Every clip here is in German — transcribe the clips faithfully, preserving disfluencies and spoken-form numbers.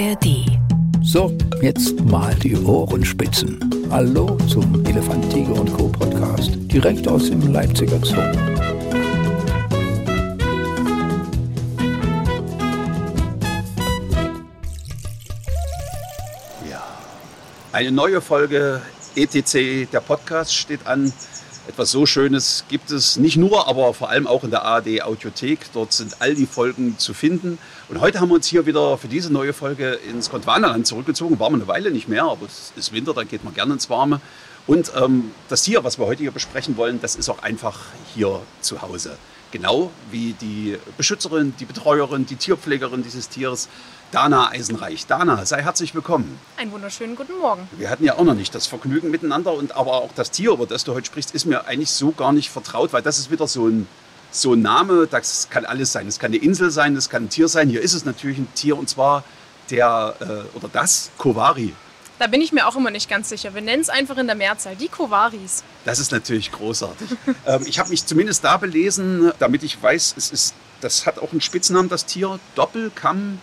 R D. So, jetzt mal die Ohren spitzen. Hallo zum Elefant, Tiger und Co. Podcast, direkt aus dem Leipziger Zoo. Ja, eine neue Folge E T C, der Podcast steht an. Etwas so Schönes gibt es nicht nur, aber vor allem auch in der A R D Audiothek. Dort sind all die Folgen zu finden. Und heute haben wir uns hier wieder für diese neue Folge ins Gondwanaland zurückgezogen. Waren wir eine Weile nicht mehr, aber es ist Winter, dann geht man gerne ins Warme. Und ähm, das Tier, was wir heute hier besprechen wollen, das ist auch einfach hier zu Hause. Genau wie die Beschützerin, die Betreuerin, die Tierpflegerin dieses Tieres, Dana Eisenreich. Dana, sei herzlich willkommen. Einen wunderschönen guten Morgen. Wir hatten ja auch noch nicht das Vergnügen miteinander, und aber auch das Tier, über das du heute sprichst, ist mir eigentlich so gar nicht vertraut, weil das ist wieder so ein, so ein Name, das kann alles sein. Es kann eine Insel sein, es kann ein Tier sein. Hier ist es natürlich ein Tier, und zwar der äh, oder das Kovari. Da bin ich mir auch immer nicht ganz sicher. Wir nennen es einfach in der Mehrzahl, die Kovaris. Das ist natürlich großartig. ähm, ich habe mich zumindest da belesen, damit ich weiß, es ist, das hat auch einen Spitznamen, das Tier, Doppelkamm.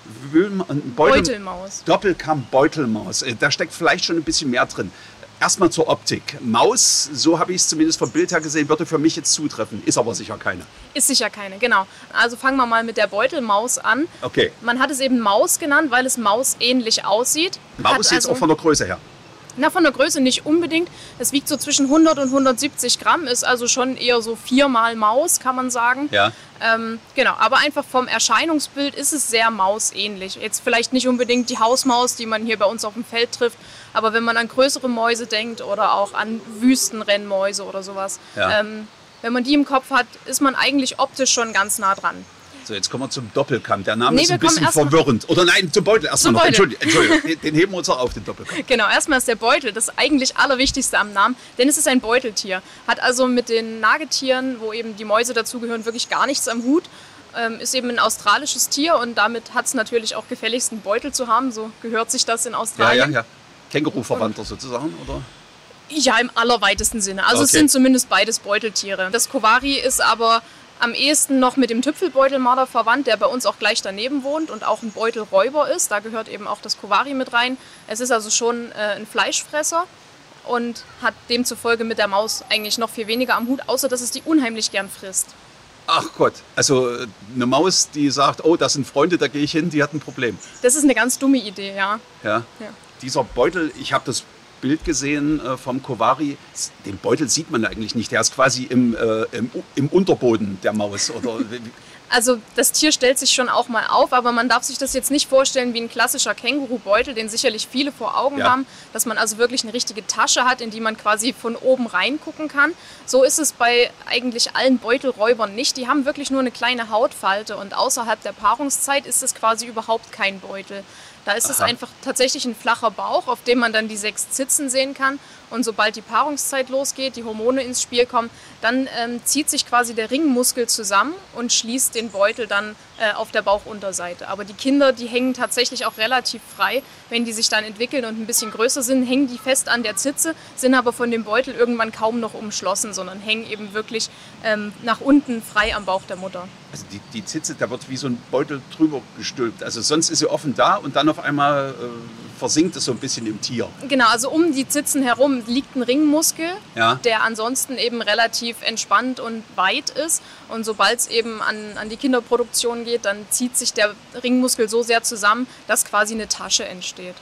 Beutel, Beutelmaus. Doppelkamm-Beutelmaus. Da steckt vielleicht schon ein bisschen mehr drin. Erstmal zur Optik. Maus, so habe ich es zumindest vom Bild her gesehen, würde für mich jetzt zutreffen. Ist aber sicher keine. Ist sicher keine, genau. Also fangen wir mal mit der Beutelmaus an. Okay. Man hat es eben Maus genannt, weil es mausähnlich aussieht. Maus hat jetzt also, auch von der Größe her? Na, von der Größe nicht unbedingt. Es wiegt so zwischen hundert und hundertsiebzig Gramm, ist also schon eher so viermal Maus, kann man sagen. Ja. Ähm, genau, aber einfach vom Erscheinungsbild ist es sehr mausähnlich. Jetzt vielleicht nicht unbedingt die Hausmaus, die man hier bei uns auf dem Feld trifft, aber wenn man an größere Mäuse denkt oder auch an Wüstenrennmäuse oder sowas, ja. ähm, wenn man die im Kopf hat, ist man eigentlich optisch schon ganz nah dran. So, jetzt kommen wir zum Doppelkamm. Der Name Nee, ist ein wir kommen bisschen erst mal- verwirrend. Oder nein, zum Beutel erstmal Zum noch. Beutel. Entschuldigung, Entschuldigung. Den- den heben wir uns auch auf, den Doppelkamm. Genau, erstmal ist der Beutel das eigentlich Allerwichtigste am Namen, denn es ist ein Beuteltier. Hat also mit den Nagetieren, wo eben die Mäuse dazugehören, wirklich gar nichts am Hut. Ähm, ist eben ein australisches Tier und damit hat es natürlich auch gefälligst einen Beutel zu haben. So gehört sich das in Ja, Australien. ja, ja. Känguru-Verwandter sozusagen, oder? Ja, im allerweitesten Sinne. Also es Okay. sind zumindest beides Beuteltiere. Das Kovari ist aber am ehesten noch mit dem Tüpfelbeutelmarder verwandt, der bei uns auch gleich daneben wohnt und auch ein Beutelräuber ist. Da gehört eben auch das Kovari mit rein. Es ist also schon äh, ein Fleischfresser und hat demzufolge mit der Maus eigentlich noch viel weniger am Hut, außer dass es die unheimlich gern frisst. Ach Gott, also eine Maus, die sagt, oh, das sind Freunde, da gehe ich hin, die hat ein Problem. Das ist eine ganz dumme Idee, ja. Ja. Ja. Dieser Beutel, ich habe das Bild gesehen äh, vom Kovari, den Beutel sieht man eigentlich nicht, der ist quasi im, äh, im, im Unterboden der Maus. Oder Also das Tier stellt sich schon auch mal auf, aber man darf sich das jetzt nicht vorstellen wie ein klassischer Kängurubeutel, den sicherlich viele vor Augen Ja. haben, dass man also wirklich eine richtige Tasche hat, in die man quasi von oben reingucken kann. So ist es bei eigentlich allen Beutelräubern nicht. Die haben wirklich nur eine kleine Hautfalte und außerhalb der Paarungszeit ist es quasi überhaupt kein Beutel. Da ist es Aha. einfach tatsächlich ein flacher Bauch, auf dem man dann die sechs Zitzen sehen kann. Und sobald die Paarungszeit losgeht, die Hormone ins Spiel kommen, dann ähm, zieht sich quasi der Ringmuskel zusammen und schließt den Beutel dann äh, auf der Bauchunterseite. Aber die Kinder, die hängen tatsächlich auch relativ frei. Wenn die sich dann entwickeln und ein bisschen größer sind, hängen die fest an der Zitze, sind aber von dem Beutel irgendwann kaum noch umschlossen, sondern hängen eben wirklich ähm, nach unten frei am Bauch der Mutter. also die, die Zitze, da wird wie so ein Beutel drüber gestülpt. Also sonst ist sie offen da und dann auf einmal äh, versinkt es so ein bisschen im Tier. Genau, also um die Zitzen herum liegt ein Ringmuskel, Ja. der ansonsten eben relativ entspannt und weit ist. Und sobald es eben an, an die Kinderproduktion geht, dann zieht sich der Ringmuskel so sehr zusammen, dass quasi eine Tasche entsteht.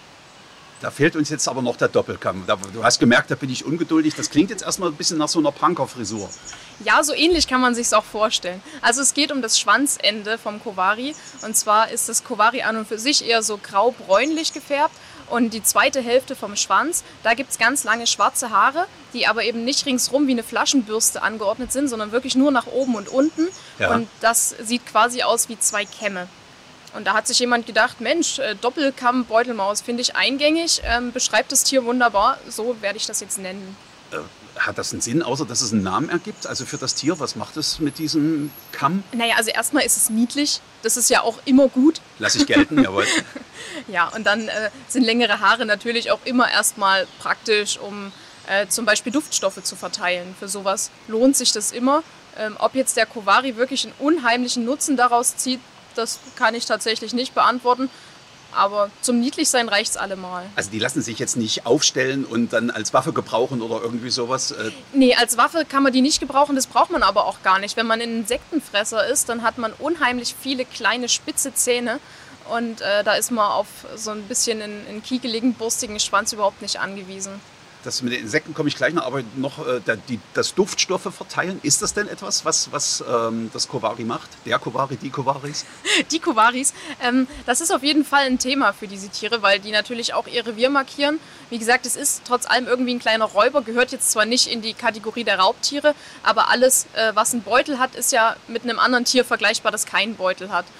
Da fehlt uns jetzt aber noch der Doppelkamm. Da, du hast gemerkt, da bin ich ungeduldig. Das klingt jetzt erstmal ein bisschen nach so einer Punker-Frisur. Ja, so ähnlich kann man sich es auch vorstellen. Also es geht um das Schwanzende vom Kovari. Und zwar ist das Kovari an und für sich eher so grau-bräunlich gefärbt. Und die zweite Hälfte vom Schwanz, da gibt es ganz lange schwarze Haare, die aber eben nicht ringsrum wie eine Flaschenbürste angeordnet sind, sondern wirklich nur nach oben und unten. Ja. Und das sieht quasi aus wie zwei Kämme. Und da hat sich jemand gedacht, Mensch, äh, Doppelkamm-Beutelmaus finde ich eingängig, ähm, beschreibt das Tier wunderbar, so werde ich das jetzt nennen. Äh, hat das einen Sinn, außer dass es einen Namen ergibt? Also für das Tier, was macht es mit diesem Kamm? Naja, also erstmal ist es niedlich, das ist ja auch immer gut. Lass ich gelten, jawohl. Ja, und dann äh, sind längere Haare natürlich auch immer erstmal praktisch, um äh, zum Beispiel Duftstoffe zu verteilen. Für sowas lohnt sich das immer. Ähm, ob jetzt der Kovari wirklich einen unheimlichen Nutzen daraus zieht, das kann ich tatsächlich nicht beantworten. Aber zum Niedlichsein reicht es allemal. Also die lassen sich jetzt nicht aufstellen und dann als Waffe gebrauchen oder irgendwie sowas? Äh Nee, als Waffe kann man die nicht gebrauchen, das braucht man aber auch gar nicht. Wenn man ein Insektenfresser ist, dann hat man unheimlich viele kleine spitze Zähne und äh, da ist man auf so ein bisschen einen, einen kiekeligen, burstigen Schwanz überhaupt nicht angewiesen. Das mit den Insekten komme ich gleich noch, aber noch äh, die, das Duftstoffe verteilen, ist das denn etwas, was, was ähm, das Kovari macht? Der Kovari, die Kovaris? Die Kovaris, ähm, das ist auf jeden Fall ein Thema für diese Tiere, weil die natürlich auch ihr Revier markieren. Wie gesagt, es ist trotz allem irgendwie ein kleiner Räuber, gehört jetzt zwar nicht in die Kategorie der Raubtiere, aber alles, äh, was einen Beutel hat, ist ja mit einem anderen Tier vergleichbar, das keinen Beutel hat.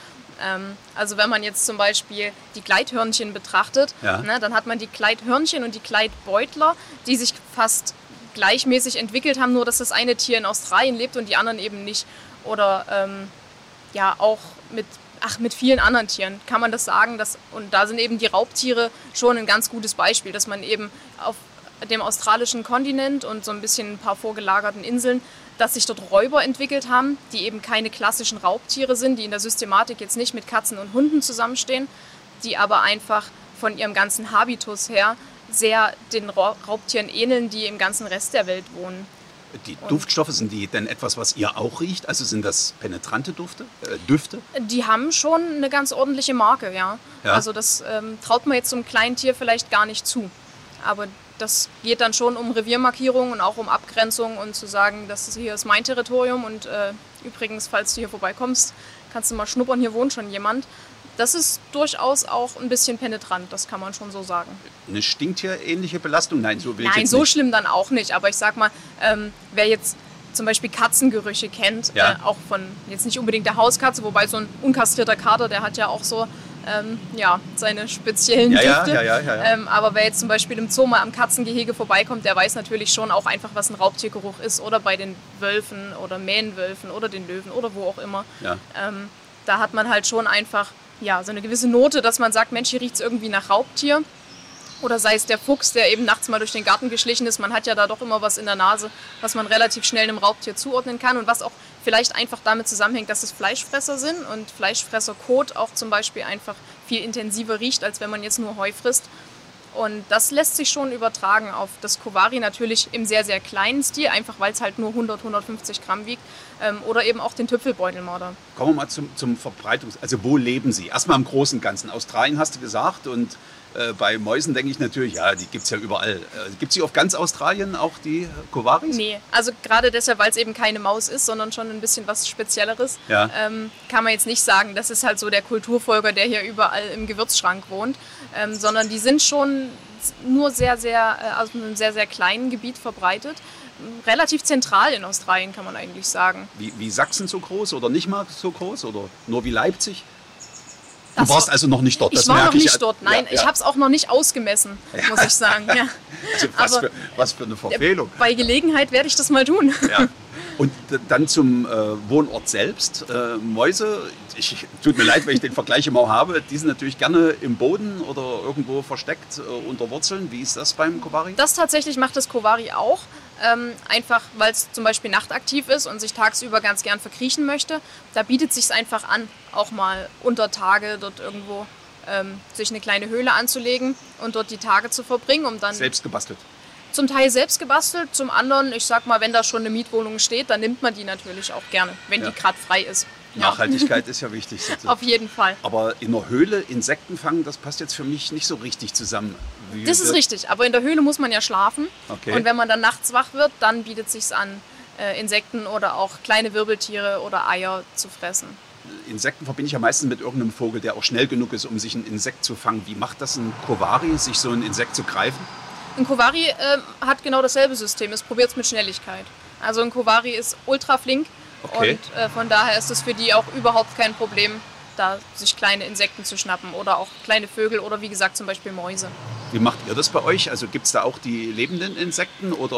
Also wenn man jetzt zum Beispiel die Gleithörnchen betrachtet, ja. ne, dann hat man die Gleithörnchen und die Gleitbeutler, die sich fast gleichmäßig entwickelt haben, nur dass das eine Tier in Australien lebt und die anderen eben nicht. Oder ähm, ja auch mit, ach, mit vielen anderen Tieren kann man das sagen. Dass, und da sind eben die Raubtiere schon ein ganz gutes Beispiel, dass man eben auf dem australischen Kontinent und so ein bisschen ein paar vorgelagerten Inseln, dass sich dort Räuber entwickelt haben, die eben keine klassischen Raubtiere sind, die in der Systematik jetzt nicht mit Katzen und Hunden zusammenstehen, die aber einfach von ihrem ganzen Habitus her sehr den Raubtieren ähneln, die im ganzen Rest der Welt wohnen. Die und Duftstoffe, sind die denn etwas, was ihr auch riecht? Also sind das penetrante Dufte, äh, Düfte? Die haben schon eine ganz ordentliche Marke, ja. ja. Also das ähm, traut man jetzt so einem kleinen Tier vielleicht gar nicht zu. Aber das geht dann schon um Reviermarkierung und auch um Abgrenzung und zu sagen, das hier ist mein Territorium und äh, übrigens, falls du hier vorbeikommst, kannst du mal schnuppern, hier wohnt schon jemand. Das ist durchaus auch ein bisschen penetrant, das kann man schon so sagen. Eine Stinktierähnliche Belastung? Nein, so will Nein, ich jetzt so nicht. schlimm dann auch nicht, aber ich sag mal, ähm, wer jetzt zum Beispiel Katzengerüche kennt, ja. äh, auch von jetzt nicht unbedingt der Hauskatze, wobei so ein unkastrierter Kater, der hat ja auch so Ähm, ja, seine speziellen ja, Düfte. Ja, ja, ja, ja. Ähm, aber wer jetzt zum Beispiel im Zoo mal am Katzengehege vorbeikommt, der weiß natürlich schon auch einfach, was ein Raubtiergeruch ist. Oder bei den Wölfen oder Mähnenwölfen oder den Löwen oder wo auch immer. Ja. Ähm, da hat man halt schon einfach ja, so eine gewisse Note, dass man sagt, Mensch, hier riecht es irgendwie nach Raubtier. Oder sei es der Fuchs, der eben nachts mal durch den Garten geschlichen ist. Man hat ja da doch immer was in der Nase, was man relativ schnell einem Raubtier zuordnen kann und was auch vielleicht einfach damit zusammenhängt, dass es Fleischfresser sind und Fleischfresserkot auch zum Beispiel einfach viel intensiver riecht, als wenn man jetzt nur Heu frisst. Und das lässt sich schon übertragen auf das Kovari, natürlich im sehr, sehr kleinen Stil, einfach weil es halt nur hundert, hundertfünfzig Gramm wiegt. Ähm, oder eben auch den Tüpfelbeutelmarder. Kommen wir mal zum, zum Verbreitungs-, also wo leben sie? Erstmal im Großen und Ganzen. Australien hast du gesagt und äh, bei Mäusen denke ich natürlich, ja, die gibt es ja überall. Äh, gibt es die auf ganz Australien auch, die Kovaris? Nee, also gerade deshalb, weil es eben keine Maus ist, sondern schon ein bisschen was Spezielleres, ja. ähm, kann man jetzt nicht sagen, das ist halt so der Kulturfolger, der hier überall im Gewürzschrank wohnt, ähm, sondern die sind schon nur sehr, sehr, äh, aus einem sehr, sehr kleinen Gebiet verbreitet. Relativ zentral in Australien, kann man eigentlich sagen. Wie, wie Sachsen so groß oder nicht mal so groß oder nur wie Leipzig? Du Das warst war, also noch nicht dort, ich das war merke noch nicht ich. dort, nein, ja, ich ja. habe es auch noch nicht ausgemessen, Ja. muss ich sagen. Ja. Also was, Aber für, was für eine Verfehlung. bei Gelegenheit werde ich das mal tun. Ja. Und d- dann zum äh, Wohnort selbst. Äh, Mäuse, ich, tut mir leid, wenn ich den Vergleich immer habe, die sind natürlich gerne im Boden oder irgendwo versteckt äh, unter Wurzeln. Wie ist das beim Kovari? Das tatsächlich macht das Kovari auch. Ähm, einfach, weil es zum Beispiel nachtaktiv ist und sich tagsüber ganz gern verkriechen möchte. Da bietet es sich einfach an, auch mal unter Tage dort irgendwo ähm, sich eine kleine Höhle anzulegen und dort die Tage zu verbringen, um dann... Selbst gebastelt. Zum Teil selbst gebastelt, zum anderen, ich sag mal, wenn da schon eine Mietwohnung steht, dann nimmt man die natürlich auch gerne, wenn Ja. die gerade frei ist. Ja. Nachhaltigkeit ist ja wichtig. Auf jeden Fall. Aber in der Höhle Insekten fangen, das passt jetzt für mich nicht so richtig zusammen. Wie Das ist wird- richtig, aber in der Höhle muss man ja schlafen. Okay. Und wenn man dann nachts wach wird, dann bietet es sich an, äh, Insekten oder auch kleine Wirbeltiere oder Eier zu fressen. Insekten verbinde ich ja meistens mit irgendeinem Vogel, der auch schnell genug ist, um sich ein Insekt zu fangen. Wie macht das ein Kovari, sich so ein Insekt zu greifen? Ein Kovari äh, hat genau dasselbe System, es probiert es mit Schnelligkeit. Also ein Kovari ist ultra flink Okay. und äh, von daher ist es für die auch überhaupt kein Problem, da sich kleine Insekten zu schnappen oder auch kleine Vögel oder wie gesagt zum Beispiel Mäuse. Wie macht ihr das bei euch? Also gibt es da auch die lebenden Insekten oder?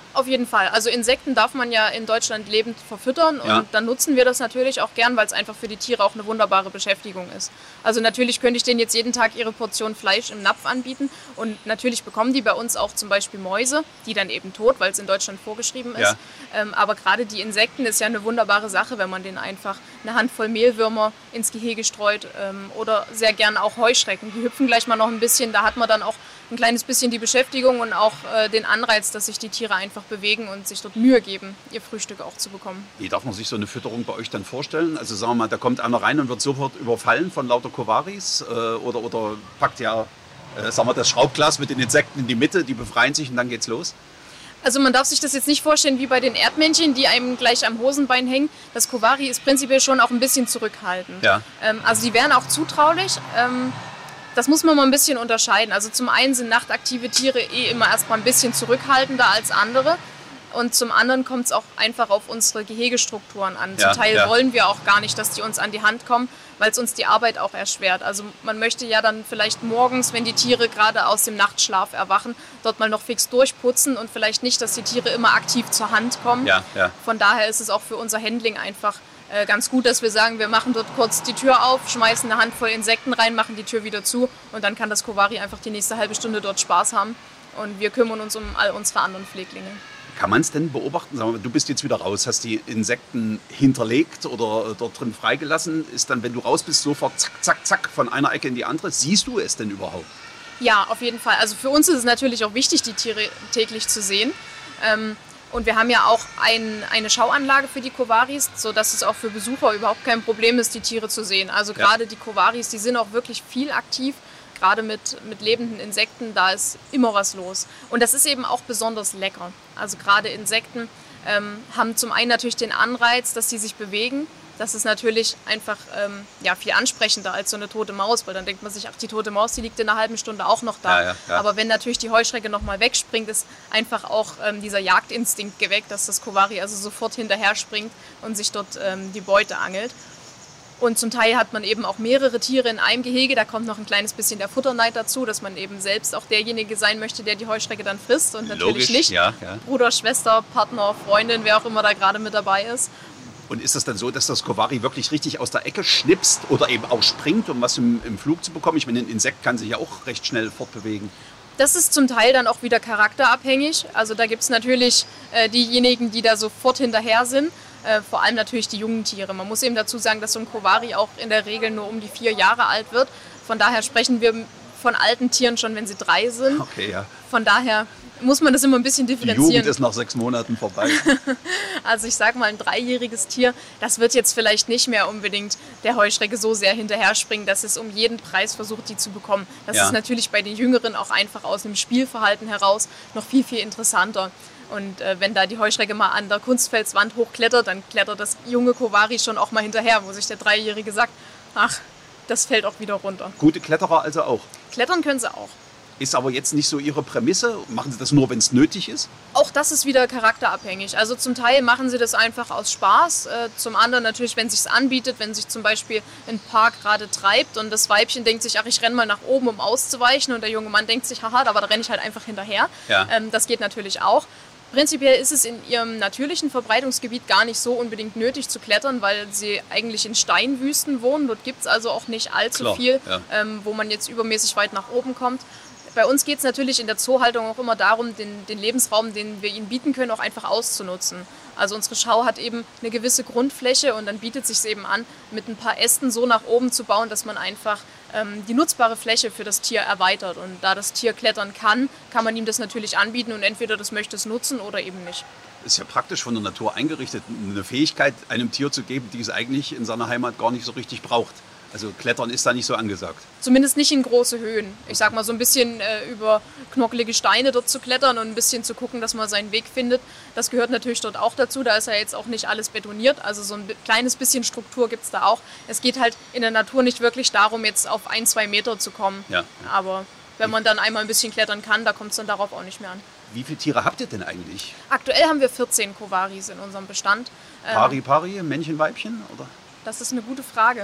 Auf jeden Fall. Also Insekten darf man ja in Deutschland lebend verfüttern und ja. dann nutzen wir das natürlich auch gern, weil es einfach für die Tiere auch eine wunderbare Beschäftigung ist. Also natürlich könnte ich denen jetzt jeden Tag ihre Portion Fleisch im Napf anbieten und natürlich bekommen die bei uns auch zum Beispiel Mäuse, die dann eben tot, weil es in Deutschland vorgeschrieben ist. Ja. Ähm, aber gerade die Insekten ist ja eine wunderbare Sache, wenn man denen einfach eine Handvoll Mehlwürmer ins Gehege streut ähm, oder sehr gern auch Heuschrecken. Die hüpfen gleich mal noch ein bisschen, da hat man dann auch ein kleines bisschen die Beschäftigung und auch äh, den Anreiz, dass sich die Tiere einfach bewegen und sich dort Mühe geben, ihr Frühstück auch zu bekommen. Wie darf man sich so eine Fütterung bei euch dann vorstellen? Also sagen wir mal, da kommt einer rein und wird sofort überfallen von lauter Kowaris äh, oder, oder packt ja äh, sagen wir, das Schraubglas mit den Insekten in die Mitte, die befreien sich und dann geht's los? Also man darf sich das jetzt nicht vorstellen wie bei den Erdmännchen, die einem gleich am Hosenbein hängen. Das Kovari ist prinzipiell schon auch ein bisschen zurückhaltend. Ja. Ähm, also die wären auch zutraulich. Ähm, Das muss man mal ein bisschen unterscheiden. Also zum einen sind nachtaktive Tiere eh immer erstmal ein bisschen zurückhaltender als andere. Und zum anderen kommt es auch einfach auf unsere Gehegestrukturen an. Ja, zum Teil ja. wollen wir auch gar nicht, dass die uns an die Hand kommen, weil es uns die Arbeit auch erschwert. Also man möchte ja dann vielleicht morgens, wenn die Tiere gerade aus dem Nachtschlaf erwachen, dort mal noch fix durchputzen und vielleicht nicht, dass die Tiere immer aktiv zur Hand kommen. Ja, ja. Von daher ist es auch für unser Handling einfach äh, ganz gut, dass wir sagen, wir machen dort kurz die Tür auf, schmeißen eine Handvoll Insekten rein, machen die Tür wieder zu und dann kann das Kovari einfach die nächste halbe Stunde dort Spaß haben und wir kümmern uns um all unsere anderen Pfleglinge. Kann man es denn beobachten? Sag mal, du bist jetzt wieder raus, hast die Insekten hinterlegt oder dort drin freigelassen. Ist dann, wenn du raus bist, sofort zack, zack, zack von einer Ecke in die andere? Siehst du es denn überhaupt? Ja, auf jeden Fall. Also für uns ist es natürlich auch wichtig, die Tiere täglich zu sehen. Ähm, und wir haben ja auch ein, eine Schauanlage für die Kowaris, sodass es auch für Besucher überhaupt kein Problem ist, die Tiere zu sehen. Also gerade ja. die Kowaris, die sind auch wirklich viel aktiv. Gerade mit, mit lebenden Insekten, da ist immer was los. Und das ist eben auch besonders lecker. Also gerade Insekten ähm, haben zum einen natürlich den Anreiz, dass sie sich bewegen. Das ist natürlich einfach ähm, ja, viel ansprechender als so eine tote Maus, weil dann denkt man sich, ach, die tote Maus, die liegt in einer halben Stunde auch noch da. Ja, ja, ja. Aber wenn natürlich die Heuschrecke nochmal wegspringt, ist einfach auch ähm, dieser Jagdinstinkt geweckt, dass das Kovari also sofort hinterher springt und sich dort ähm, die Beute angelt. Und zum Teil hat man eben auch mehrere Tiere in einem Gehege. Da kommt noch ein kleines bisschen der Futterneid dazu, dass man eben selbst auch derjenige sein möchte, der die Heuschrecke dann frisst. Und natürlich Logisch, nicht ja, ja. Bruder, Schwester, Partner, Freundin, wer auch immer da gerade mit dabei ist. Und ist das dann so, dass das Kovari wirklich richtig aus der Ecke schnipst oder eben auch springt, um was im, im Flug zu bekommen? Ich meine, ein Insekt kann sich ja auch recht schnell fortbewegen. Das ist zum Teil dann auch wieder charakterabhängig. Also da gibt es natürlich äh, diejenigen, die da sofort hinterher sind. Äh, vor allem natürlich die jungen Tiere. Man muss eben dazu sagen, dass so ein Kovari auch in der Regel nur um die vier Jahre alt wird. Von daher sprechen wir von alten Tieren schon, wenn sie drei sind. Okay, ja. Von daher muss man das immer ein bisschen differenzieren. Die Jugend ist nach sechs Monaten vorbei. Also ich sage mal, ein dreijähriges Tier, das wird jetzt vielleicht nicht mehr unbedingt der Heuschrecke so sehr hinterher springen, dass es um jeden Preis versucht, die zu bekommen. Das ja. ist natürlich bei den Jüngeren auch einfach aus dem Spielverhalten heraus noch viel, viel interessanter. Und äh, wenn da die Heuschrecke mal an der Kunstfelswand hochklettert, dann klettert das junge Kovari schon auch mal hinterher, wo sich der Dreijährige sagt, ach, das fällt auch wieder runter. Gute Kletterer also auch? Klettern können sie auch. Ist aber jetzt nicht so Ihre Prämisse? Machen Sie das nur, wenn es nötig ist? Auch das ist wieder charakterabhängig. Also zum Teil machen sie das einfach aus Spaß. Äh, zum anderen natürlich, wenn es sich anbietet, wenn sich zum Beispiel ein Paar gerade treibt und das Weibchen denkt sich, ach, ich renne mal nach oben, um auszuweichen. Und der junge Mann denkt sich, haha, aber da renne ich halt einfach hinterher. Ja. Ähm, das geht natürlich auch. Prinzipiell ist es in ihrem natürlichen Verbreitungsgebiet gar nicht so unbedingt nötig zu klettern, weil sie eigentlich in Steinwüsten wohnen. Dort gibt es also auch nicht allzu Klar, viel, ja. ähm, wo man jetzt übermäßig weit nach oben kommt. Bei uns geht es natürlich in der Zoohaltung auch immer darum, den, den Lebensraum, den wir ihnen bieten können, auch einfach auszunutzen. Also unsere Schau hat eben eine gewisse Grundfläche und dann bietet es sich eben an, mit ein paar Ästen so nach oben zu bauen, dass man einfach ähm, die nutzbare Fläche für das Tier erweitert. Und da das Tier klettern kann, kann man ihm das natürlich anbieten und entweder das möchte es nutzen oder eben nicht. Ist ja praktisch von der Natur eingerichtet, eine Fähigkeit einem Tier zu geben, die es eigentlich in seiner Heimat gar nicht so richtig braucht. Also Klettern ist da nicht so angesagt. Zumindest nicht in große Höhen. Ich sag mal, so ein bisschen äh, über knockelige Steine dort zu klettern und ein bisschen zu gucken, dass man seinen Weg findet. Das gehört natürlich dort auch dazu. Da ist ja jetzt auch nicht alles betoniert. Also so ein kleines bisschen Struktur gibt es da auch. Es geht halt in der Natur nicht wirklich darum, jetzt auf ein, zwei Meter zu kommen. Ja. Aber wenn man dann einmal ein bisschen klettern kann, da kommt es dann darauf auch nicht mehr an. Wie viele Tiere habt ihr denn eigentlich? Aktuell haben wir vierzehn Kowaris in unserem Bestand. Pari, Pari, Männchen, Weibchen, oder? Das ist eine gute Frage.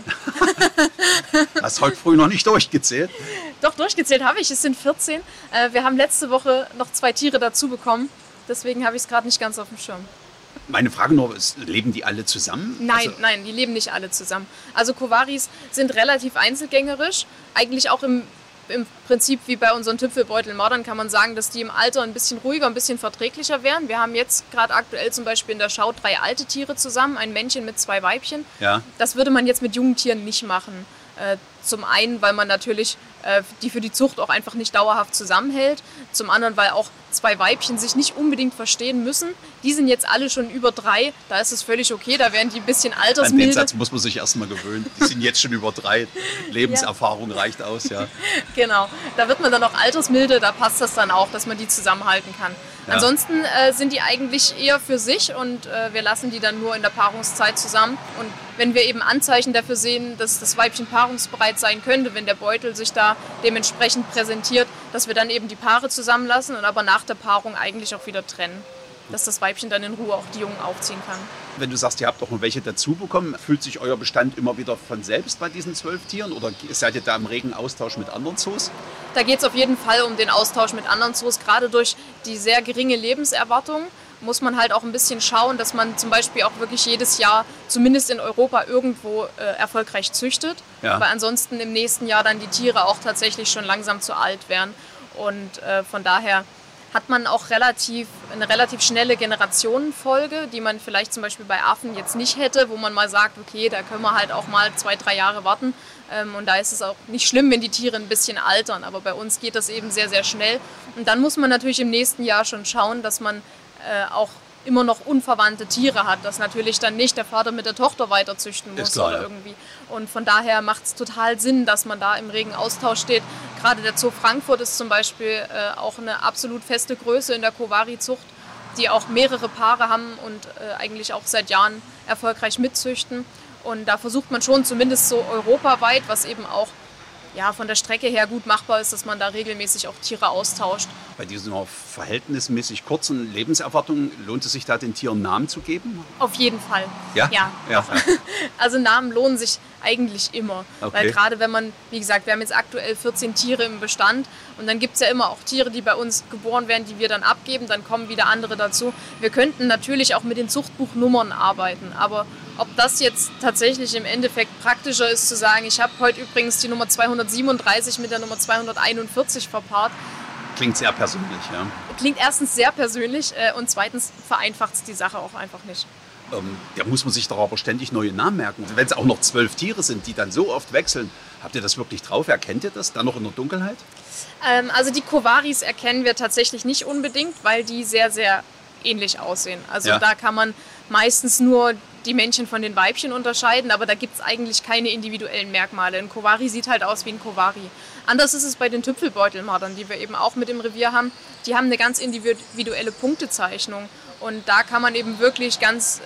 Hast heute früh noch nicht durchgezählt? Doch, durchgezählt habe ich. Es sind vierzehn. Wir haben letzte Woche noch zwei Tiere dazu bekommen. deswegen habe ich es gerade nicht ganz auf dem Schirm. Meine Frage nur, ist, leben die alle zusammen? Nein, also nein, die leben nicht alle zusammen. Also Kowaris sind relativ einzelgängerisch, eigentlich auch im, im Prinzip wie bei unseren Tüpfelbeutelmördern kann man sagen, dass die im Alter ein bisschen ruhiger, ein bisschen verträglicher wären. Wir haben jetzt gerade aktuell zum Beispiel in der Schau drei alte Tiere zusammen, ein Männchen mit zwei Weibchen. Ja. Das würde man jetzt mit jungen Tieren nicht machen. Äh, zum einen, weil man natürlich äh, die für die Zucht auch einfach nicht dauerhaft zusammenhält. Zum anderen, weil auch zwei Weibchen sich nicht unbedingt verstehen müssen. Die sind jetzt alle schon über drei, da ist es völlig okay, da werden die ein bisschen altersmilde. An den Satz muss man sich erstmal gewöhnen. Die sind jetzt schon über drei, Lebenserfahrung ja. reicht aus. Ja. Genau, da wird man dann auch altersmilde, da passt das dann auch, dass man die zusammenhalten kann. Ja. Ansonsten äh, sind die eigentlich eher für sich und äh, wir lassen die dann nur in der Paarungszeit zusammen. Und wenn wir eben Anzeichen dafür sehen, dass das Weibchen paarungsbereit sein könnte, wenn der Beutel sich da dementsprechend präsentiert, dass wir dann eben die Paare zusammenlassen und aber nach der Paarung eigentlich auch wieder trennen, dass das Weibchen dann in Ruhe auch die Jungen aufziehen kann. Wenn du sagst, ihr habt doch noch welche dazu bekommen, fühlt sich euer Bestand immer wieder von selbst bei diesen zwölf Tieren oder seid ihr da im regen Austausch mit anderen Zoos? Da geht es auf jeden Fall um den Austausch mit anderen Zoos. Gerade durch die sehr geringe Lebenserwartung muss man halt auch ein bisschen schauen, dass man zum Beispiel auch wirklich jedes Jahr, zumindest in Europa, irgendwo äh, erfolgreich züchtet. Ja. Weil ansonsten im nächsten Jahr dann die Tiere auch tatsächlich schon langsam zu alt wären. Und äh, von daher hat man auch relativ, eine relativ schnelle Generationenfolge, die man vielleicht zum Beispiel bei Affen jetzt nicht hätte, wo man mal sagt, okay, da können wir halt auch mal zwei, drei Jahre warten. Ähm, und da ist es auch nicht schlimm, wenn die Tiere ein bisschen altern. Aber bei uns geht das eben sehr, sehr schnell. Und dann muss man natürlich im nächsten Jahr schon schauen, dass man äh, auch immer noch unverwandte Tiere hat, dass natürlich dann nicht der Vater mit der Tochter weiter züchten muss klar, oder ja. irgendwie. Und von daher macht es total Sinn, dass man da im regen Austausch steht. Gerade der Zoo Frankfurt ist zum Beispiel äh, auch eine absolut feste Größe in der Kovari-Zucht, die auch mehrere Paare haben und äh, eigentlich auch seit Jahren erfolgreich mitzüchten. Und da versucht man schon zumindest so europaweit, was eben auch ja, von der Strecke her gut machbar ist, dass man da regelmäßig auch Tiere austauscht. Bei diesen verhältnismäßig kurzen Lebenserwartungen lohnt es sich da den Tieren Namen zu geben? Auf jeden Fall. Ja? Ja. ja. Also Namen lohnen sich eigentlich immer. Okay. Weil gerade wenn man, wie gesagt, wir haben jetzt aktuell vierzehn Tiere im Bestand und dann gibt es ja immer auch Tiere, die bei uns geboren werden, die wir dann abgeben, dann kommen wieder andere dazu. Wir könnten natürlich auch mit den Zuchtbuchnummern arbeiten, aber ob das jetzt tatsächlich im Endeffekt praktischer ist, zu sagen, ich habe heute übrigens die Nummer zweihundertsiebenunddreißig mit der Nummer zweihunderteinundvierzig verpaart. Klingt sehr persönlich, ja. Klingt erstens sehr persönlich äh, und zweitens vereinfacht es die Sache auch einfach nicht. Ähm, da muss man sich doch aber ständig neue Namen merken. Wenn es auch noch zwölf Tiere sind, die dann so oft wechseln, habt ihr das wirklich drauf? Erkennt ihr das dann noch in der Dunkelheit? Ähm, also die Kowaris erkennen wir tatsächlich nicht unbedingt, weil die sehr, sehr ähnlich aussehen. Also ja. Da kann man meistens nur die Männchen von den Weibchen unterscheiden, aber da gibt es eigentlich keine individuellen Merkmale. Ein Kovari sieht halt aus wie ein Kovari. Anders ist es bei den Tüpfelbeutelmördern, die wir eben auch mit im Revier haben. Die haben eine ganz individuelle Punktezeichnung und da kann man eben wirklich ganz,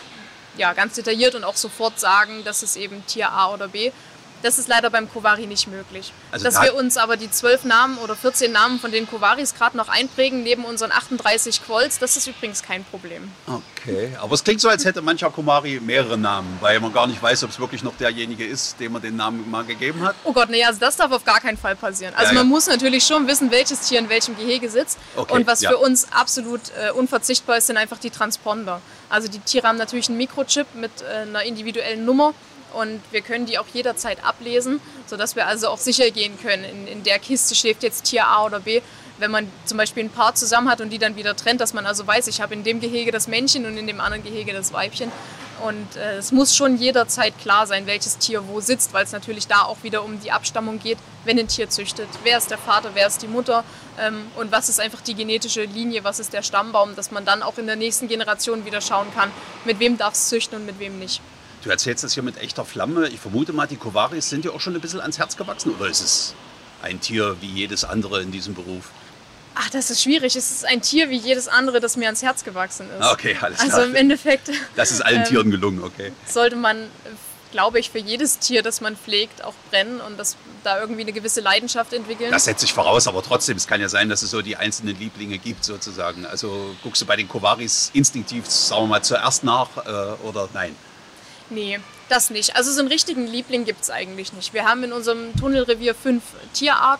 äh, ja, ganz detailliert und auch sofort sagen, das ist eben Tier A oder B. Das ist leider beim Kovari nicht möglich. Also Dass da wir uns aber die zwölf Namen oder vierzehn Namen von den Kowaris gerade noch einprägen, neben unseren achtunddreißig Quolls, das ist übrigens kein Problem. Okay, aber es klingt so, als hätte mancher Kovari mehrere Namen, weil man gar nicht weiß, ob es wirklich noch derjenige ist, dem man den Namen mal gegeben hat. Oh Gott, nee, also das darf auf gar keinen Fall passieren. Also ja, man ja. muss natürlich schon wissen, welches Tier in welchem Gehege sitzt. Okay, und was ja. für uns absolut äh, unverzichtbar ist, sind einfach die Transponder. Also die Tiere haben natürlich einen Mikrochip mit äh, einer individuellen Nummer. Und wir können die auch jederzeit ablesen, sodass wir also auch sicher gehen können, in, in der Kiste schläft jetzt Tier A oder B. Wenn man zum Beispiel ein Paar zusammen hat und die dann wieder trennt, dass man also weiß, ich habe in dem Gehege das Männchen und in dem anderen Gehege das Weibchen. Und äh, es muss schon jederzeit klar sein, welches Tier wo sitzt, weil es natürlich da auch wieder um die Abstammung geht, wenn ein Tier züchtet. Wer ist der Vater, wer ist die Mutter ähm, und was ist einfach die genetische Linie, was ist der Stammbaum, dass man dann auch in der nächsten Generation wieder schauen kann, mit wem darf es züchten und mit wem nicht. Du erzählst das hier mit echter Flamme. Ich vermute mal, die Kowaris sind ja auch schon ein bisschen ans Herz gewachsen. Oder ist es ein Tier wie jedes andere in diesem Beruf? Ach, das ist schwierig. Es ist ein Tier wie jedes andere, das mir ans Herz gewachsen ist. Okay, alles klar. Also im Endeffekt... Das ist allen ähm, Tieren gelungen, okay. Sollte man, glaube ich, für jedes Tier, das man pflegt, auch brennen und das, da irgendwie eine gewisse Leidenschaft entwickeln. Das setzt sich voraus, aber trotzdem, es kann ja sein, dass es so die einzelnen Lieblinge gibt sozusagen. Also guckst du bei den Kowaris instinktiv, sagen wir mal, zuerst nach äh, oder nein? Nee, das nicht. Also so einen richtigen Liebling gibt es eigentlich nicht. Wir haben in unserem Tunnelrevier fünf Tierarten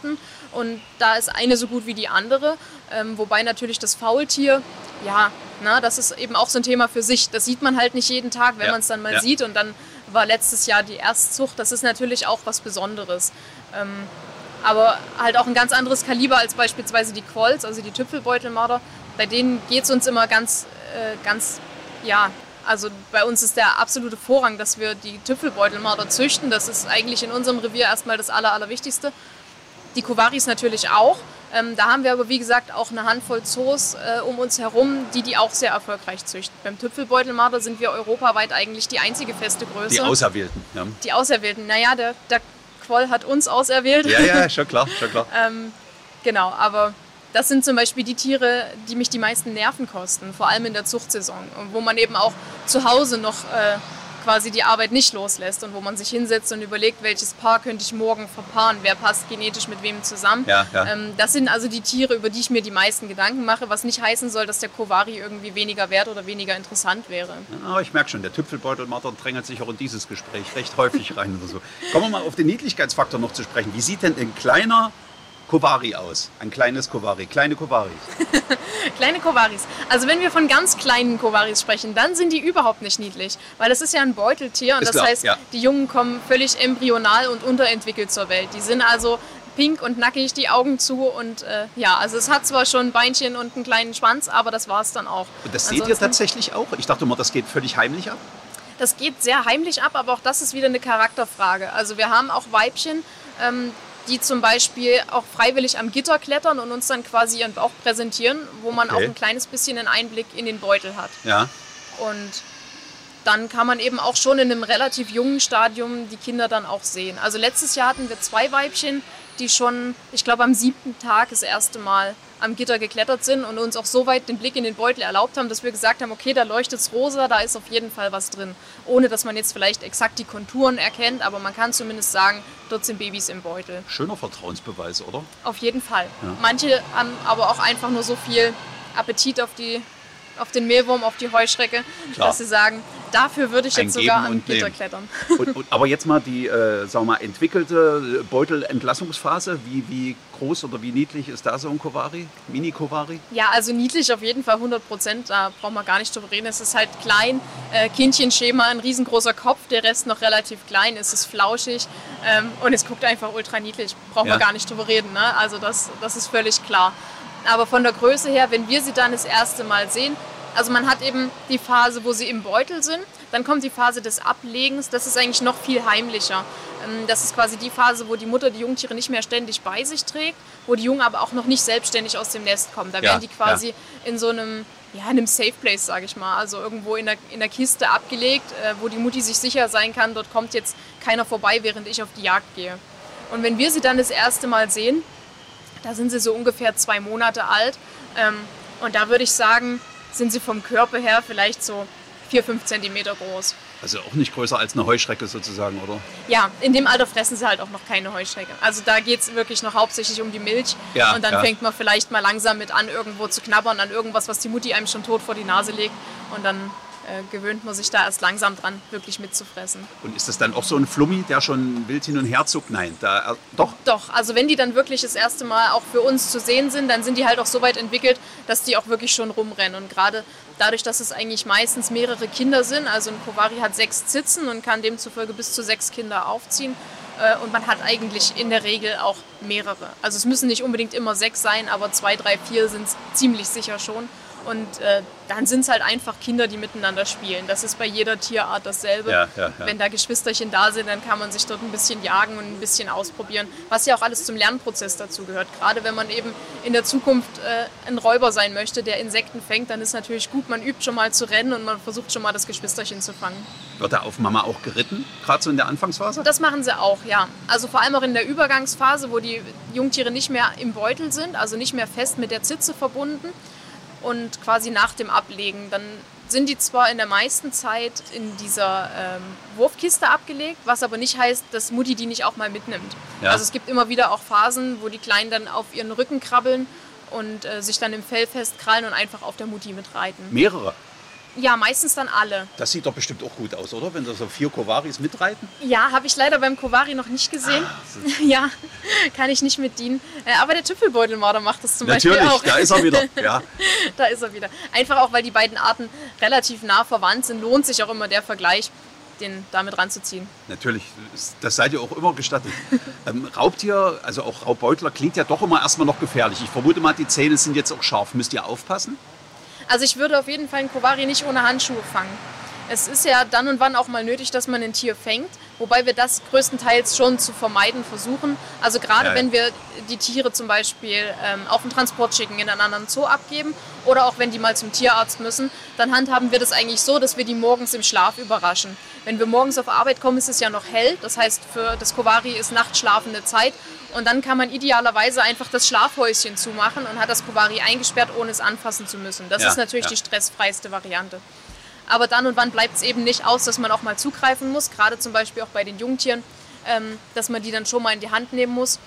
und da ist eine so gut wie die andere. Ähm, wobei natürlich das Faultier, ja, na, das ist eben auch so ein Thema für sich. Das sieht man halt nicht jeden Tag, wenn ja. man es dann mal ja. sieht. Und dann war letztes Jahr die Erstzucht. Das ist natürlich auch was Besonderes. Ähm, aber halt auch ein ganz anderes Kaliber als beispielsweise die Quolls, also die Tüpfelbeutelmarder. Bei denen geht es uns immer ganz, äh, ganz, ja, also bei uns ist der absolute Vorrang, dass wir die Tüpfelbeutelmarder züchten. Das ist eigentlich in unserem Revier erstmal das Aller, Allerwichtigste. Die Kowaris natürlich auch. Ähm, da haben wir aber, wie gesagt, auch eine Handvoll Zoos äh, um uns herum, die die auch sehr erfolgreich züchten. Beim Tüpfelbeutelmarder sind wir europaweit eigentlich die einzige feste Größe. Die Auserwählten. Ja. Die Auserwählten. Naja, der, der Quoll hat uns auserwählt. Ja, ja, schon klar, schon klar. ähm, genau, aber das sind zum Beispiel die Tiere, die mich die meisten Nerven kosten, vor allem in der Zuchtsaison, wo man eben auch zu Hause noch äh, quasi die Arbeit nicht loslässt und wo man sich hinsetzt und überlegt, welches Paar könnte ich morgen verpaaren, wer passt genetisch mit wem zusammen. Ja, ja. Ähm, das sind also die Tiere, über die ich mir die meisten Gedanken mache, was nicht heißen soll, dass der Kovari irgendwie weniger wert oder weniger interessant wäre. Ja, ich merke schon, der Tüpfelbeutelmarder drängelt sich auch in dieses Gespräch recht häufig rein oder so. Kommen wir mal auf den Niedlichkeitsfaktor noch zu sprechen. Wie sieht denn ein kleiner Kovari aus? Ein kleines Kovari, kleine Kowaris. Kleine Kowaris. Also wenn wir von ganz kleinen Kowaris sprechen, dann sind die überhaupt nicht niedlich. Weil das ist ja ein Beuteltier und ist das klar, heißt, ja. die Jungen kommen völlig embryonal und unterentwickelt zur Welt. Die sind also pink und nackig, die Augen zu und äh, ja, also es hat zwar schon ein Beinchen und einen kleinen Schwanz, aber das war es dann auch. Und das seht ihr tatsächlich auch? Ich dachte immer, das geht völlig heimlich ab. Das geht sehr heimlich ab, aber auch das ist wieder eine Charakterfrage. Also wir haben auch Weibchen, ähm, die zum Beispiel auch freiwillig am Gitter klettern und uns dann quasi ihren Bauch präsentieren, wo man okay. auch ein kleines bisschen einen Einblick in den Beutel hat. Ja. Und dann kann man eben auch schon in einem relativ jungen Stadium die Kinder dann auch sehen. Also letztes Jahr hatten wir zwei Weibchen, die schon, ich glaube, am siebten Tag das erste Mal am Gitter geklettert sind und uns auch so weit den Blick in den Beutel erlaubt haben, dass wir gesagt haben, okay, da leuchtet es rosa, da ist auf jeden Fall was drin. Ohne, dass man jetzt vielleicht exakt die Konturen erkennt, aber man kann zumindest sagen, dort sind Babys im Beutel. Schöner Vertrauensbeweis, oder? Auf jeden Fall. Ja. Manche haben aber auch einfach nur so viel Appetit auf, die, auf den Mehlwurm, auf die Heuschrecke, Klar. dass sie sagen, dafür würde ich jetzt Ein sogar am Geben Gitter klettern. Und, und, aber jetzt mal die äh, sagen wir mal, entwickelte Beutelentlassungsphase. Wie, wie groß oder wie niedlich ist da so ein Kovari? Mini-Kovari? Ja, also niedlich auf jeden Fall hundert Prozent. Da braucht man gar nicht drüber reden. Es ist halt klein, äh, Kindchenschema, ein riesengroßer Kopf, der Rest noch relativ klein. Es ist flauschig ähm, und es guckt einfach ultra niedlich. Braucht ja. man gar nicht drüber reden. Ne? Also das, das ist völlig klar. Aber von der Größe her, wenn wir sie dann das erste Mal sehen, also man hat eben die Phase, wo sie im Beutel sind, dann kommt die Phase des Ablegens, das ist eigentlich noch viel heimlicher. Das ist quasi die Phase, wo die Mutter die Jungtiere nicht mehr ständig bei sich trägt, wo die Jungen aber auch noch nicht selbstständig aus dem Nest kommen. Da ja, werden die quasi ja. in so einem, ja, in einem Safe Place, sage ich mal, also irgendwo in der, in der Kiste abgelegt, wo die Mutti sich sicher sein kann, dort kommt jetzt keiner vorbei, während ich auf die Jagd gehe. Und wenn wir sie dann das erste Mal sehen, da sind sie so ungefähr zwei Monate alt und da würde ich sagen, sind sie vom Körper her vielleicht so vier, fünf Zentimeter groß. Also auch nicht größer als eine Heuschrecke sozusagen, oder? Ja, in dem Alter fressen sie halt auch noch keine Heuschrecke. Also da geht es wirklich noch hauptsächlich um die Milch. Ja, und dann ja. fängt man vielleicht mal langsam mit an, irgendwo zu knabbern, an irgendwas, was die Mutti einem schon tot vor die Nase legt. Und dann äh, gewöhnt man sich da erst langsam dran, wirklich mitzufressen. Und ist das dann auch so ein Flummi, der schon wild hin und her zuckt? Nein, da, äh, doch? Doch, also wenn die dann wirklich das erste Mal auch für uns zu sehen sind, dann sind die halt auch so weit entwickelt, dass die auch wirklich schon rumrennen. Und gerade dadurch, dass es eigentlich meistens mehrere Kinder sind, also ein Kovari hat sechs Zitzen und kann demzufolge bis zu sechs Kinder aufziehen. Äh, und man hat eigentlich in der Regel auch mehrere. Also es müssen nicht unbedingt immer sechs sein, aber zwei, drei, vier sind es ziemlich sicher schon. Und äh, dann sind es halt einfach Kinder, die miteinander spielen. Das ist bei jeder Tierart dasselbe. Ja, ja, ja. Wenn da Geschwisterchen da sind, dann kann man sich dort ein bisschen jagen und ein bisschen ausprobieren. Was ja auch alles zum Lernprozess dazu gehört. Gerade wenn man eben in der Zukunft äh, ein Räuber sein möchte, der Insekten fängt, dann ist natürlich gut, man übt schon mal zu rennen und man versucht schon mal das Geschwisterchen zu fangen. Wird da auf Mama auch geritten, gerade so in der Anfangsphase? Das machen sie auch, ja. Also vor allem auch in der Übergangsphase, wo die Jungtiere nicht mehr im Beutel sind, also nicht mehr fest mit der Zitze verbunden. Und quasi nach dem Ablegen, dann sind die zwar in der meisten Zeit in dieser ähm, Wurfkiste abgelegt, was aber nicht heißt, dass Mutti die nicht auch mal mitnimmt. Ja. Also es gibt immer wieder auch Phasen, wo die Kleinen dann auf ihren Rücken krabbeln und äh, sich dann im Fell festkrallen und einfach auf der Mutti mitreiten. Mehrere? Ja, meistens dann alle. Das sieht doch bestimmt auch gut aus, oder? Wenn da so vier Kowaris mitreiten? Ja, habe ich leider beim Kovari noch nicht gesehen. Ah, ja, kann ich nicht mit dienen. Aber der Tüffelbeutelmarder macht das zum Natürlich, Beispiel auch. Da ist er wieder. Ja. Da ist er wieder. Einfach auch, weil die beiden Arten relativ nah verwandt sind, lohnt sich auch immer der Vergleich, den damit ranzuziehen. Natürlich, das seid ihr auch immer gestattet. ähm, Raubtier, also auch Raubbeutler, klingt ja doch immer erstmal noch gefährlich. Ich vermute mal, die Zähne sind jetzt auch scharf. Müsst ihr aufpassen? Also ich würde auf jeden Fall einen Kovari nicht ohne Handschuhe fangen. Es ist ja dann und wann auch mal nötig, dass man ein Tier fängt, wobei wir das größtenteils schon zu vermeiden versuchen. Also gerade ja, ja. wenn wir die Tiere zum Beispiel ähm, auf den Transport schicken, in einen anderen Zoo abgeben oder auch wenn die mal zum Tierarzt müssen, dann handhaben wir das eigentlich so, dass wir die morgens im Schlaf überraschen. Wenn wir morgens auf Arbeit kommen, ist es ja noch hell, das heißt für das Kovari ist nachtschlafende Zeit. Und dann kann man idealerweise einfach das Schlafhäuschen zumachen und hat das Kovari eingesperrt, ohne es anfassen zu müssen. Das ja, ist natürlich ja. die stressfreiste Variante. Aber dann und wann bleibt es eben nicht aus, dass man auch mal zugreifen muss, gerade zum Beispiel auch bei den Jungtieren, ähm, dass man die dann schon mal in die Hand nehmen muss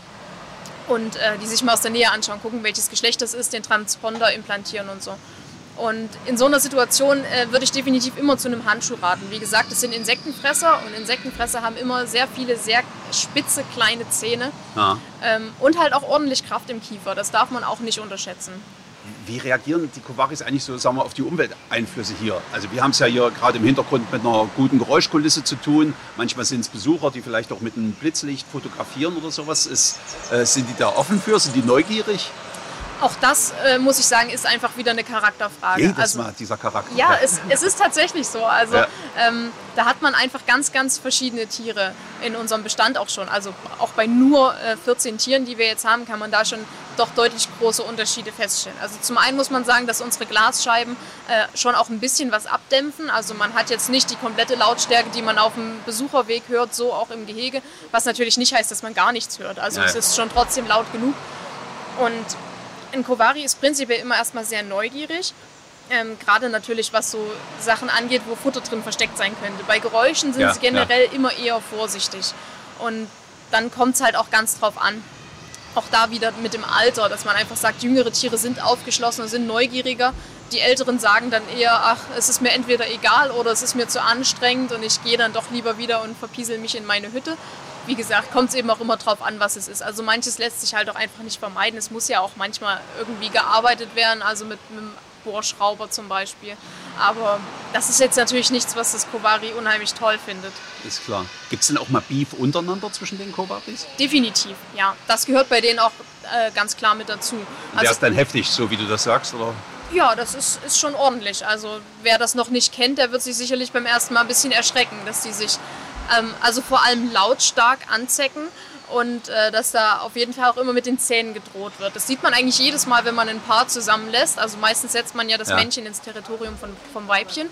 und äh, die sich mal aus der Nähe anschauen, gucken, welches Geschlecht das ist, den Transponder implantieren und so. Und in so einer Situation äh, würde ich definitiv immer zu einem Handschuh raten. Wie gesagt, das sind Insektenfresser und Insektenfresser haben immer sehr viele, sehr spitze, kleine Zähne ja. ähm, und halt auch ordentlich Kraft im Kiefer. Das darf man auch nicht unterschätzen. Wie reagieren die Kowaris eigentlich so, sagen wir, auf die Umwelteinflüsse hier? Also wir haben es ja hier gerade im Hintergrund mit einer guten Geräuschkulisse zu tun. Manchmal sind es Besucher, die vielleicht auch mit einem Blitzlicht fotografieren oder sowas. Ist, äh, sind die da offen für? Sind die neugierig? Auch das, äh, muss ich sagen, ist einfach wieder eine Charakterfrage. Jedes also, Mal dieser Charakter. Ja, es, es ist tatsächlich so. Also ja. ähm, da hat man einfach ganz, ganz verschiedene Tiere in unserem Bestand auch schon. Also auch bei nur äh, vierzehn Tieren, die wir jetzt haben, kann man da schon doch deutlich große Unterschiede feststellen. Also zum einen muss man sagen, dass unsere Glasscheiben äh, schon auch ein bisschen was abdämpfen. Also man hat jetzt nicht die komplette Lautstärke, die man auf dem Besucherweg hört, so auch im Gehege. Was natürlich nicht heißt, dass man gar nichts hört. Also ja. es ist schon trotzdem laut genug. Und ein Kovari ist prinzipiell immer erstmal sehr neugierig, ähm, gerade natürlich was so Sachen angeht, wo Futter drin versteckt sein könnte. Bei Geräuschen sind ja, sie generell ja. immer eher vorsichtig und dann kommt es halt auch ganz drauf an. Auch da wieder mit dem Alter, dass man einfach sagt, jüngere Tiere sind aufgeschlossener, sind neugieriger. Die Älteren sagen dann eher, ach, es ist mir entweder egal oder es ist mir zu anstrengend und ich gehe dann doch lieber wieder und verpiesel mich in meine Hütte. Wie gesagt, kommt es eben auch immer drauf an, was es ist. Also manches lässt sich halt auch einfach nicht vermeiden. Es muss ja auch manchmal irgendwie gearbeitet werden, also mit, mit einem Bohrschrauber zum Beispiel. Aber das ist jetzt natürlich nichts, was das Kovari unheimlich toll findet. Ist klar. Gibt es denn auch mal Beef untereinander zwischen den Kowaris? Definitiv, ja. Das gehört bei denen auch äh, ganz klar mit dazu. Also, der ist dann heftig, so wie du das sagst, oder? Ja, das ist, ist schon ordentlich. Also wer das noch nicht kennt, der wird sich sicherlich beim ersten Mal ein bisschen erschrecken, dass die sich ähm, also vor allem lautstark anzecken und äh, dass da auf jeden Fall auch immer mit den Zähnen gedroht wird. Das sieht man eigentlich jedes Mal, wenn man ein Paar zusammenlässt. Also meistens setzt man ja das ja. Männchen ins Territorium von, vom Weibchen.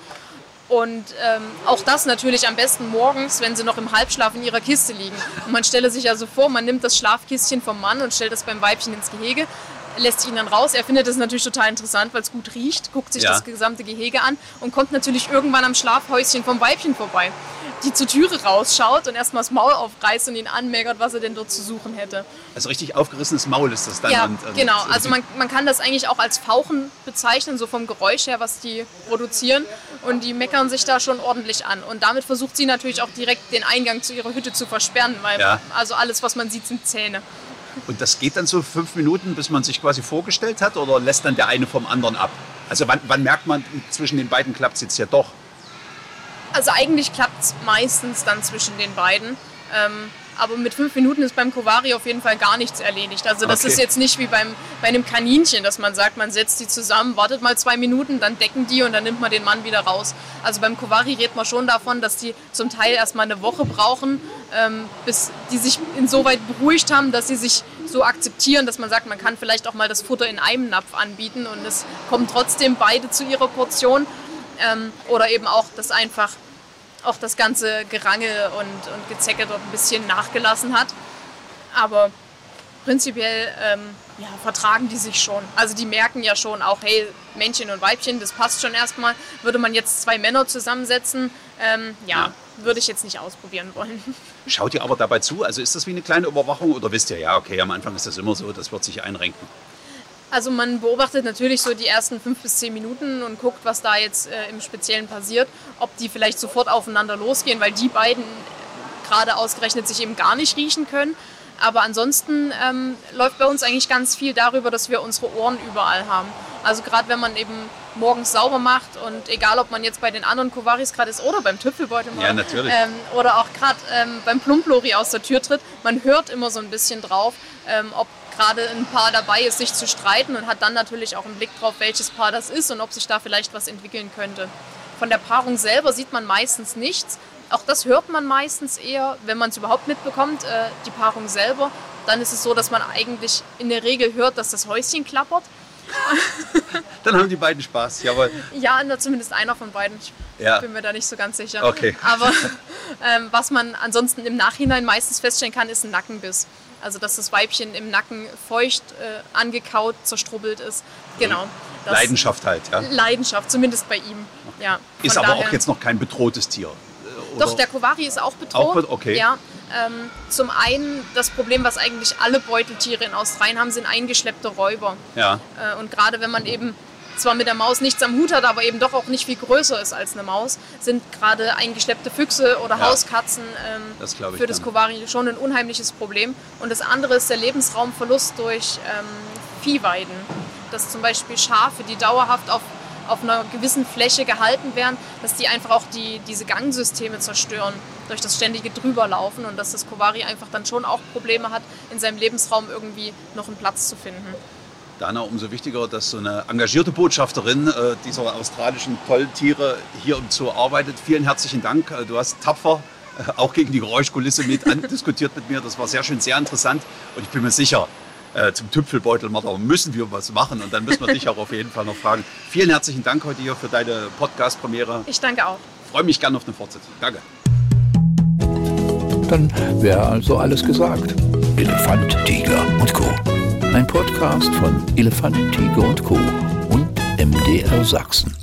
Und ähm, auch das natürlich am besten morgens, wenn sie noch im Halbschlaf in ihrer Kiste liegen. Und man stelle sich also vor, man nimmt das Schlafkistchen vom Mann und stellt das beim Weibchen ins Gehege, lässt ihn dann raus. Er findet das natürlich total interessant, weil es gut riecht, guckt sich ja. das gesamte Gehege an und kommt natürlich irgendwann am Schlafhäuschen vom Weibchen vorbei, die zur Türe rausschaut und erstmal das Maul aufreißt und ihn anmeckert, was er denn dort zu suchen hätte. Also richtig aufgerissenes Maul ist das dann? Ja, und, und genau. Also man, man kann das eigentlich auch als Fauchen bezeichnen, so vom Geräusch her, was die produzieren. Und die meckern sich da schon ordentlich an. Und damit versucht sie natürlich auch direkt den Eingang zu ihrer Hütte zu versperren, weil ja. also alles, was man sieht, sind Zähne. Und das geht dann so fünf Minuten, bis man sich quasi vorgestellt hat, oder lässt dann der eine vom anderen ab? Also wann, wann merkt man, zwischen den beiden klappt es jetzt ja doch? Also eigentlich klappt es meistens dann zwischen den beiden. Ähm, aber mit fünf Minuten ist beim Kovari auf jeden Fall gar nichts erledigt. Also das okay. ist jetzt nicht wie beim, bei einem Kaninchen, dass man sagt, man setzt die zusammen, wartet mal zwei Minuten, dann decken die und dann nimmt man den Mann wieder raus. Also beim Kovari redet man schon davon, dass die zum Teil erstmal eine Woche brauchen, ähm, bis die sich insoweit beruhigt haben, dass sie sich so akzeptieren, dass man sagt, man kann vielleicht auch mal das Futter in einem Napf anbieten und es kommen trotzdem beide zu ihrer Portion. Ähm, oder eben auch, dass einfach auch das ganze Gerangel und, und Gezecke dort ein bisschen nachgelassen hat. Aber prinzipiell ähm, ja, vertragen die sich schon. Also die merken ja schon auch, hey, Männchen und Weibchen, das passt schon erstmal. Würde man jetzt zwei Männer zusammensetzen, ähm, ja, ja, würde ich jetzt nicht ausprobieren wollen. Schaut ihr aber dabei zu? Also ist das wie eine kleine Überwachung oder wisst ihr, ja, okay, am Anfang ist das immer so, das wird sich einrenken? Also man beobachtet natürlich so die ersten fünf bis zehn Minuten und guckt, was da jetzt äh, im Speziellen passiert, ob die vielleicht sofort aufeinander losgehen, weil die beiden gerade ausgerechnet sich eben gar nicht riechen können. Aber ansonsten ähm, läuft bei uns eigentlich ganz viel darüber, dass wir unsere Ohren überall haben. Also gerade wenn man eben morgens sauber macht und egal, ob man jetzt bei den anderen Kowaris gerade ist oder beim Tüpfelbeutel ja, natürlich. Ähm, oder auch gerade ähm, beim Plumplori aus der Tür tritt, man hört immer so ein bisschen drauf, ähm, ob gerade ein Paar dabei ist, sich zu streiten und hat dann natürlich auch einen Blick drauf, welches Paar das ist und ob sich da vielleicht was entwickeln könnte. Von der Paarung selber sieht man meistens nichts. Auch das hört man meistens eher, wenn man es überhaupt mitbekommt, äh, die Paarung selber. Dann ist es so, dass man eigentlich in der Regel hört, dass das Häuschen klappert. Dann haben die beiden Spaß, jawohl. Ja, na, zumindest einer von beiden. Ich ja. bin mir da nicht so ganz sicher. Okay. Aber ähm, was man ansonsten im Nachhinein meistens feststellen kann, ist ein Nackenbiss. Also dass das Weibchen im Nacken feucht, äh, angekaut, zerstrubbelt ist. Genau. Das Leidenschaft halt, ja? Leidenschaft, zumindest bei ihm. Ja, ist aber auch jetzt noch kein bedrohtes Tier. Oder? Doch, der Kovari ist auch bedroht. Auch, okay. Ja, ähm, zum einen das Problem, was eigentlich alle Beuteltiere in Australien haben, sind eingeschleppte Räuber. Ja. Äh, und gerade wenn man eben zwar mit der Maus nichts am Hut hat, aber eben doch auch nicht viel größer ist als eine Maus, sind gerade eingeschleppte Füchse oder ja. Hauskatzen ähm, das für das dann. Kovari schon ein unheimliches Problem. Und das andere ist der Lebensraumverlust durch ähm, Viehweiden. Dass zum Beispiel Schafe, die dauerhaft auf auf einer gewissen Fläche gehalten werden, dass die einfach auch die, diese Gangsysteme zerstören durch das ständige Drüberlaufen und dass das Kovari einfach dann schon auch Probleme hat, in seinem Lebensraum irgendwie noch einen Platz zu finden. Dana, umso wichtiger, dass so eine engagierte Botschafterin äh, dieser australischen tollen Tiere hier im Zoo arbeitet. Vielen herzlichen Dank. Du hast tapfer äh, auch gegen die Geräuschkulisse mit andiskutiert mit mir. Das war sehr schön, sehr interessant und ich bin mir sicher, Äh, zum Tüpfelbeutelmarder müssen wir was machen und dann müssen wir dich auch auf jeden Fall noch fragen. Vielen herzlichen Dank heute hier für deine Podcast-Premiere. Ich danke auch. Freue mich gerne auf eine Fortsetzung. Danke. Dann wäre also alles gesagt. Elefant, Tiger und Co. Ein Podcast von Elefant, Tiger und Co. und M D R Sachsen.